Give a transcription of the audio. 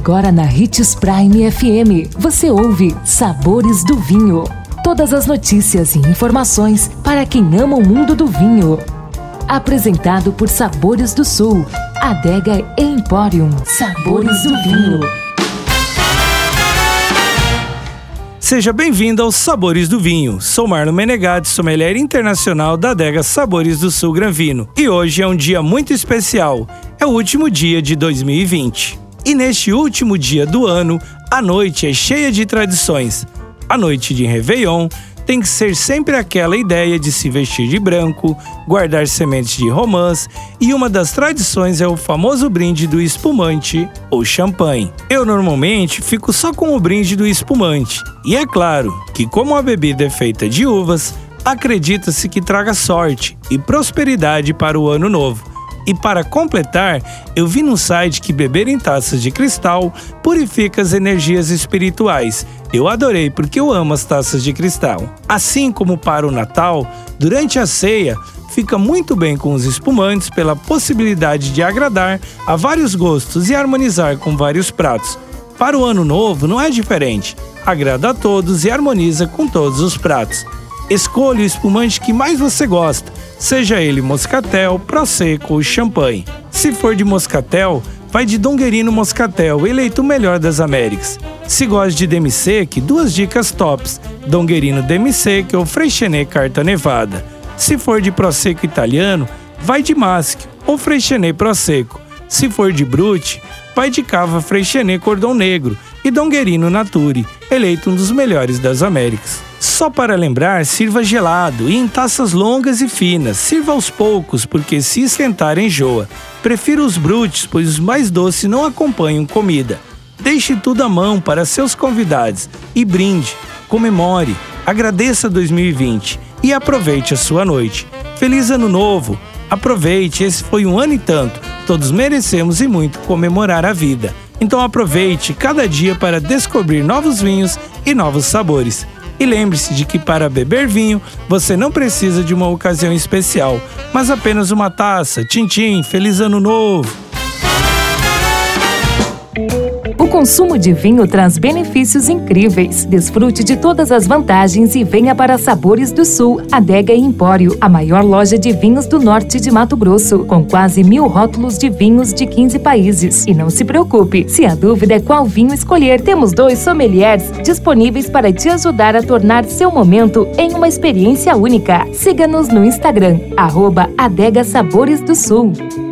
Agora na Hits Prime FM, você ouve Sabores do Vinho. Todas as notícias e informações para quem ama o mundo do vinho. Apresentado por Sabores do Sul, Adega Emporium. Sabores do Vinho. Seja bem-vindo aos Sabores do Vinho. Sou Marlon Menegatti, sommelier internacional da Adega Sabores do Sul Granvino. E hoje é um dia muito especial. É o último dia de 2020. E neste último dia do ano, a noite é cheia de tradições. A noite de Réveillon tem que ser sempre aquela ideia de se vestir de branco, guardar sementes de romãs, e uma das tradições é o famoso brinde do espumante ou champanhe. Eu normalmente fico só com o brinde do espumante, e é claro que como a bebida é feita de uvas, acredita-se que traga sorte e prosperidade para o ano novo. E para completar, eu vi no site que beber em taças de cristal purifica as energias espirituais. Eu adorei porque eu amo as taças de cristal. Assim como para o Natal, durante a ceia, fica muito bem com os espumantes pela possibilidade de agradar a vários gostos e harmonizar com vários pratos. Para o Ano Novo não é diferente, agrada a todos e harmoniza com todos os pratos. Escolha o espumante que mais você gosta, seja ele moscatel, prosecco ou champanhe. Se for de moscatel, vai de Donguerino Moscatel, eleito o melhor das Américas. Se gosta de demi-sec, duas dicas tops: Donguerino demi-sec ou Freixenet Carta Nevada. Se for de prosecco italiano, vai de Maschio ou Freixenet Prosecco. Se for de Brut, vai de Cava Freixenet Cordon Negro e Donguerino Nature, eleito um dos melhores das Américas. Só para lembrar, sirva gelado e em taças longas e finas. Sirva aos poucos, porque se esquentar enjoa. Prefiro os Bruts, pois os mais doces não acompanham comida. Deixe tudo à mão para seus convidados e brinde, comemore, agradeça 2020 e aproveite a sua noite. Feliz Ano Novo! Aproveite, esse foi um ano e tanto. Todos merecemos e muito comemorar a vida. Então aproveite cada dia para descobrir novos vinhos e novos sabores. E lembre-se de que para beber vinho, você não precisa de uma ocasião especial, mas apenas uma taça. Tchim, feliz Ano Novo! O consumo de vinho traz benefícios incríveis. Desfrute de todas as vantagens e venha para Sabores do Sul, Adega Empório, a maior loja de vinhos do norte de Mato Grosso, com quase 1000 rótulos de vinhos de 15 países. E não se preocupe, se a dúvida é qual vinho escolher, temos 2 sommeliers disponíveis para te ajudar a tornar seu momento em uma experiência única. Siga-nos no Instagram, @Adega Sabores do Sul.